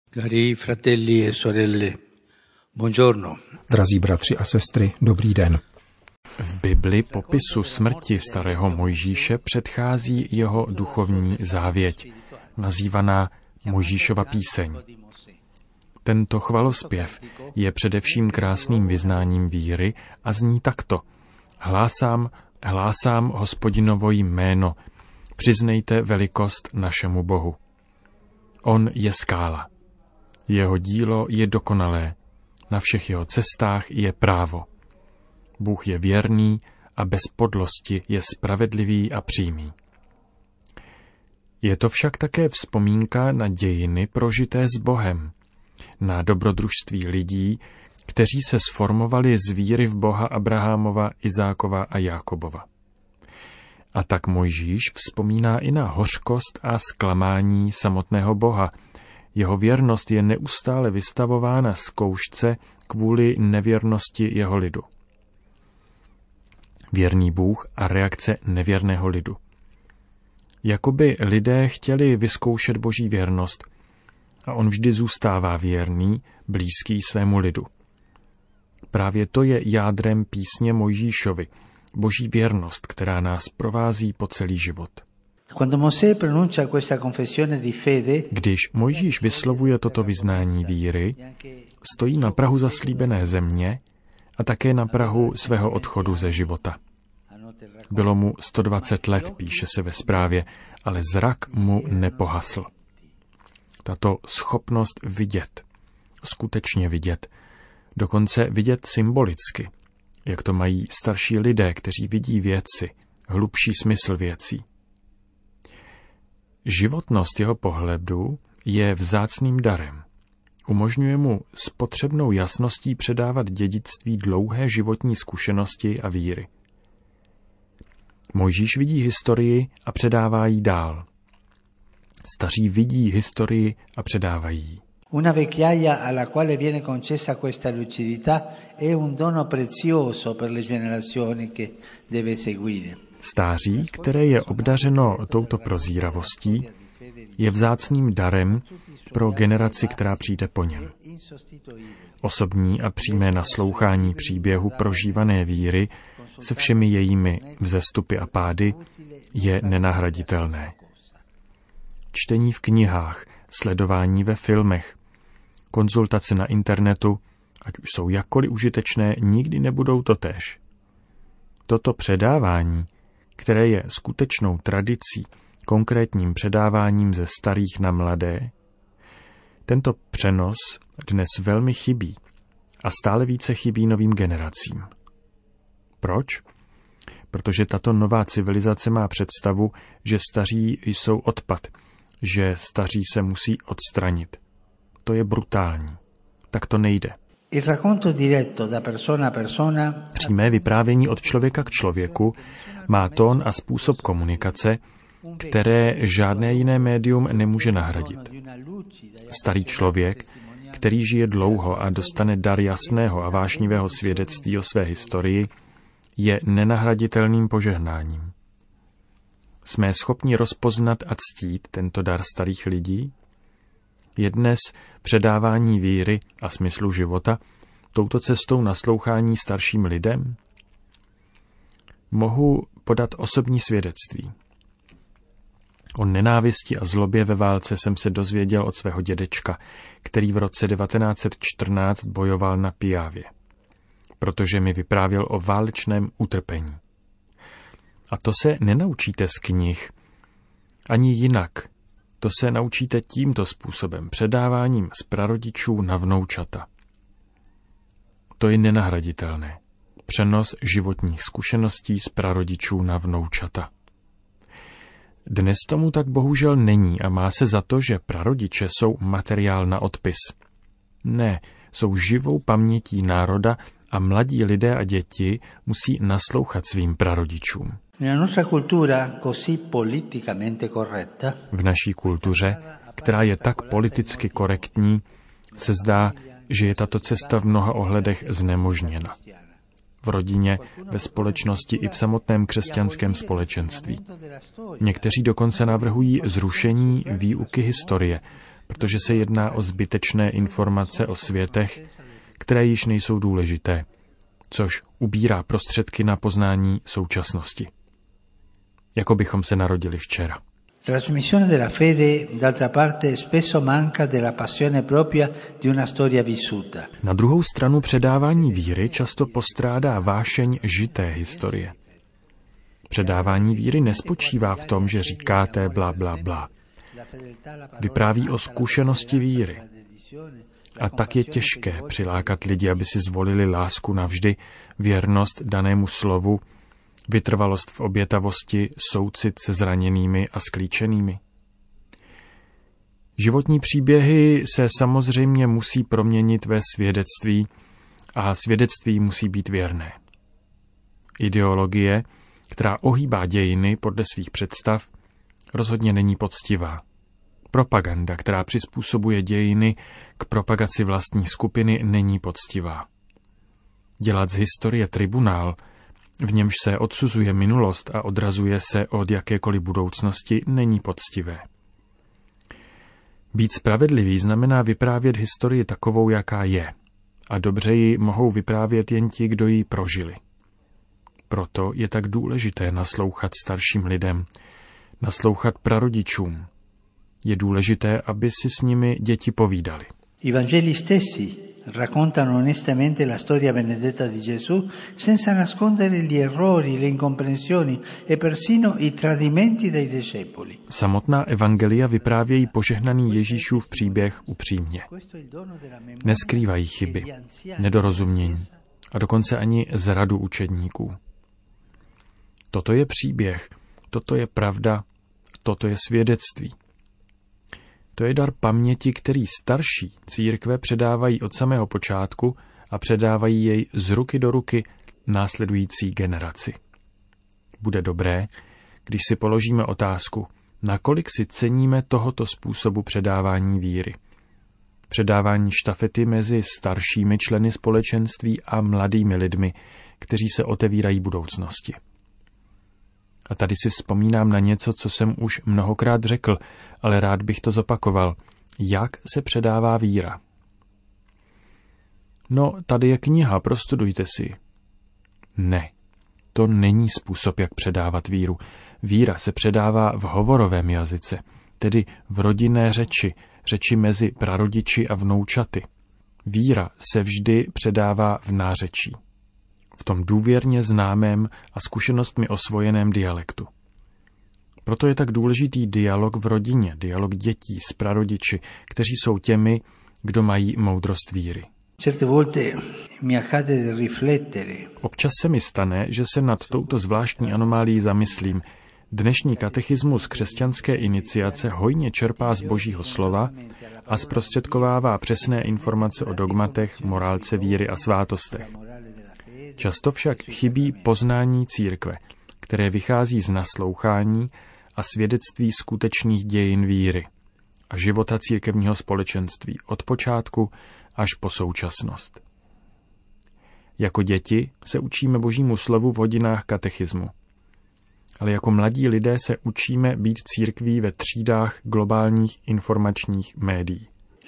Cari fratelli e sorelle, buongiorno. Drazí bratři a sestry, dobrý den. V Bibli popisu smrti starého Mojžíše předchází jeho duchovní závěť, nazývaná Mojžíšova píseň. Tento chvalospěv je především krásným vyznáním víry a zní takto. Hlásám Hospodinovo jméno, přiznejte velikost našemu Bohu. On je skála. Jeho dílo je dokonalé, na všech jeho cestách je právo. Bůh je věrný a bez podlosti je spravedlivý a přímý. Je to však také vzpomínka na dějiny prožité s Bohem, na dobrodružství lidí, kteří se sformovali z víry v Boha Abrahamova, Izákova a Jákobova. A tak Mojžíš vzpomíná i na hořkost a zklamání samotného Boha. Jeho věrnost je neustále vystavována zkoušce kvůli nevěrnosti jeho lidu. Věrný Bůh a reakce nevěrného lidu. Jakoby lidé chtěli vyzkoušet Boží věrnost a on vždy zůstává věrný, blízký svému lidu. Právě to je jádrem písně Mojžíšovi, Boží věrnost, která nás provází po celý život. Když Mojžíš vyslovuje toto vyznání víry, stojí na prahu zaslíbené země a také na prahu svého odchodu ze života. Bylo mu 120 let, píše se ve zprávě, ale zrak mu nepohasl. Tato schopnost vidět, skutečně vidět, dokonce vidět symbolicky, jak to mají starší lidé, kteří vidí věci, hlubší smysl věcí. Životnost jeho pohledu je vzácným darem. Umožňuje mu s potřebnou jasností předávat dědictví dlouhé životní zkušenosti a víry. Mojžíš vidí historii a předává ji dál. Staří vidí historii a předávají ji. Una vecchiaia alla quale viene concessa questa lucidità è un dono prezioso per le generazioni che deve seguire. Stáří, které je obdařeno touto prozíravostí, je vzácným darem pro generaci, která přijde po něm. Osobní a přímé naslouchání příběhu prožívané víry se všemi jejími vzestupy a pády je nenahraditelné. Čtení v knihách, sledování ve filmech, konzultace na internetu, ať už jsou jakkoliv užitečné, nikdy nebudou totéž. Toto předávání, které je skutečnou tradicí, konkrétním předáváním ze starých na mladé, tento přenos dnes velmi chybí a stále více chybí novým generacím. Proč? Protože tato nová civilizace má představu, že staří jsou odpad, že staří se musí odstranit. To je brutální. Tak to nejde. Přímé vyprávění od člověka k člověku má tón a způsob komunikace, které žádné jiné médium nemůže nahradit. Starý člověk, který žije dlouho a dostane dar jasného a vášnivého svědectví o své historii, je nenahraditelným požehnáním. Jsme schopni rozpoznat a ctít tento dar starých lidí? Je dnes předávání víry a smyslu života touto cestou naslouchání starším lidem? Mohu podat osobní svědectví. O nenávisti a zlobě ve válce jsem se dozvěděl od svého dědečka, který v roce 1914 bojoval na Piavě, protože mi vyprávěl o válečném utrpení. A to se nenaučíte z knih, ani jinak. To se naučíte tímto způsobem, předáváním z prarodičů na vnoučata. To je nenahraditelné. Přenos životních zkušeností z prarodičů na vnoučata. Dnes tomu tak bohužel není a má se za to, že prarodiče jsou materiál na odpis. Ne, jsou živou pamětí národa a mladí lidé a děti musí naslouchat svým prarodičům. V naší kultuře, která je tak politicky korektní, se zdá, že je tato cesta v mnoha ohledech znemožněna. V rodině, ve společnosti i v samotném křesťanském společenství. Někteří dokonce navrhují zrušení výuky historie, protože se jedná o zbytečné informace o světech, které již nejsou důležité, což ubírá prostředky na poznání současnosti. Jako bychom se narodili včera. Trasmissione della fede, d'altra parte, spesso manca della passione propria di una storia vissuta. Na druhou stranu předávání víry často postrádá vášeň žité historie. Předávání víry nespočívá v tom, že říkáte bla, bla, bla. Vypráví o zkušenosti víry. A tak je těžké přilákat lidi, aby si zvolili lásku navždy, věrnost danému slovu, vytrvalost v obětavosti, soucit se zraněnými a sklíčenými. Životní příběhy se samozřejmě musí proměnit ve svědectví a svědectví musí být věrné. Ideologie, která ohýbá dějiny podle svých představ, rozhodně není poctivá. Propaganda, která přizpůsobuje dějiny k propagaci vlastní skupiny, není poctivá. Dělat z historie tribunál, v němž se odsuzuje minulost a odrazuje se od jakékoliv budoucnosti, není poctivé. Být spravedlivý znamená vyprávět historii takovou, jaká je, a dobře ji mohou vyprávět jen ti, kdo ji prožili. Proto je tak důležité naslouchat starším lidem, naslouchat prarodičům. Je důležité, aby si s nimi děti povídali. I Vangeli stessi raccontano onestamente la storia benedetta di Gesù senza nascondere gli errori, le incomprensioni e persino i tradimenti dei discepoli. Samotná evangelia vyprávějí požehnaný Ježíšův příběh upřímně. Neskrývají chyby, nedorozumění a dokonce ani zradu učedníků. Toto je příběh, toto je pravda, toto je svědectví. To je dar paměti, který starší církve předávají od samého počátku a předávají jej z ruky do ruky následující generaci. Bude dobré, když si položíme otázku, nakolik si ceníme tohoto způsobu předávání víry. Předávání štafety mezi staršími členy společenství a mladými lidmi, kteří se otevírají budoucnosti. A tady si vzpomínám na něco, co jsem už mnohokrát řekl, ale rád bych to zopakoval. Jak se předává víra? No, tady je kniha, prostudujte si. Ne, to není způsob, jak předávat víru. Víra se předává v hovorovém jazyce, tedy v rodinné řeči mezi prarodiči a vnoučaty. Víra se vždy předává v nářečí. V tom důvěrně známém a zkušenostmi osvojeném dialektu. Proto je tak důležitý dialog v rodině, dialog dětí s prarodiči, kteří jsou těmi, kdo mají moudrost víry. Občas se mi stane, že se nad touto zvláštní anomálií zamyslím. Dnešní katechismus křesťanské iniciace hojně čerpá z Božího slova a zprostředkovává přesné informace o dogmatech, morálce víry a svátostech. Často však chybí poznání církve, které vychází z naslouchání a svědectví skutečných dějin víry a života církevního společenství od počátku až po současnost. Jako děti se učíme Božímu slovu v hodinách katechismu, ale jako mladí lidé se učíme být církví ve třídách globálních informačních médií.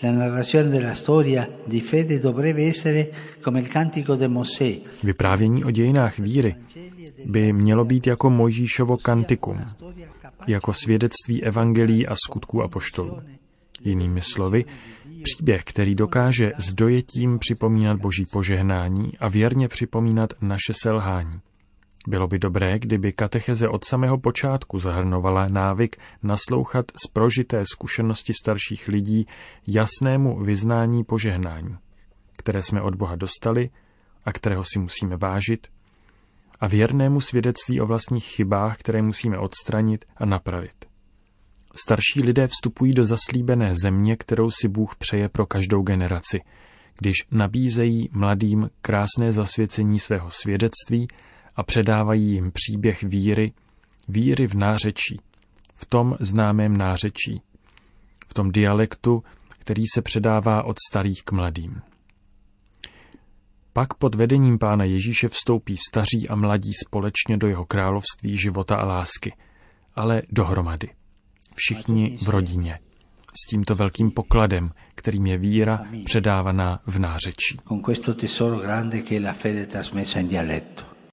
Vyprávění o dějinách víry by mělo být jako Mojžíšovo kantikum, jako svědectví evangelií a skutků apoštolů. Jinými slovy, příběh, který dokáže s dojetím připomínat Boží požehnání a věrně připomínat naše selhání. Bylo by dobré, kdyby katecheze od samého počátku zahrnovala návyk naslouchat z prožité zkušenosti starších lidí jasnému vyznání požehnání, které jsme od Boha dostali a kterého si musíme vážit, a věrnému svědectví o vlastních chybách, které musíme odstranit a napravit. Starší lidé vstupují do zaslíbené země, kterou si Bůh přeje pro každou generaci, když nabízejí mladým krásné zasvěcení svého svědectví a předávají jim příběh víry v nářečí, v tom známém nářečí, v tom dialektu, který se předává od starých k mladým. Pak pod vedením Pána Ježíše vstoupí staří a mladí společně do jeho království života a lásky, ale dohromady. Všichni v rodině, s tímto velkým pokladem, kterým je víra předávaná v nářečí. Con questo tesoro grande che è la fede trasmessa in dialetto.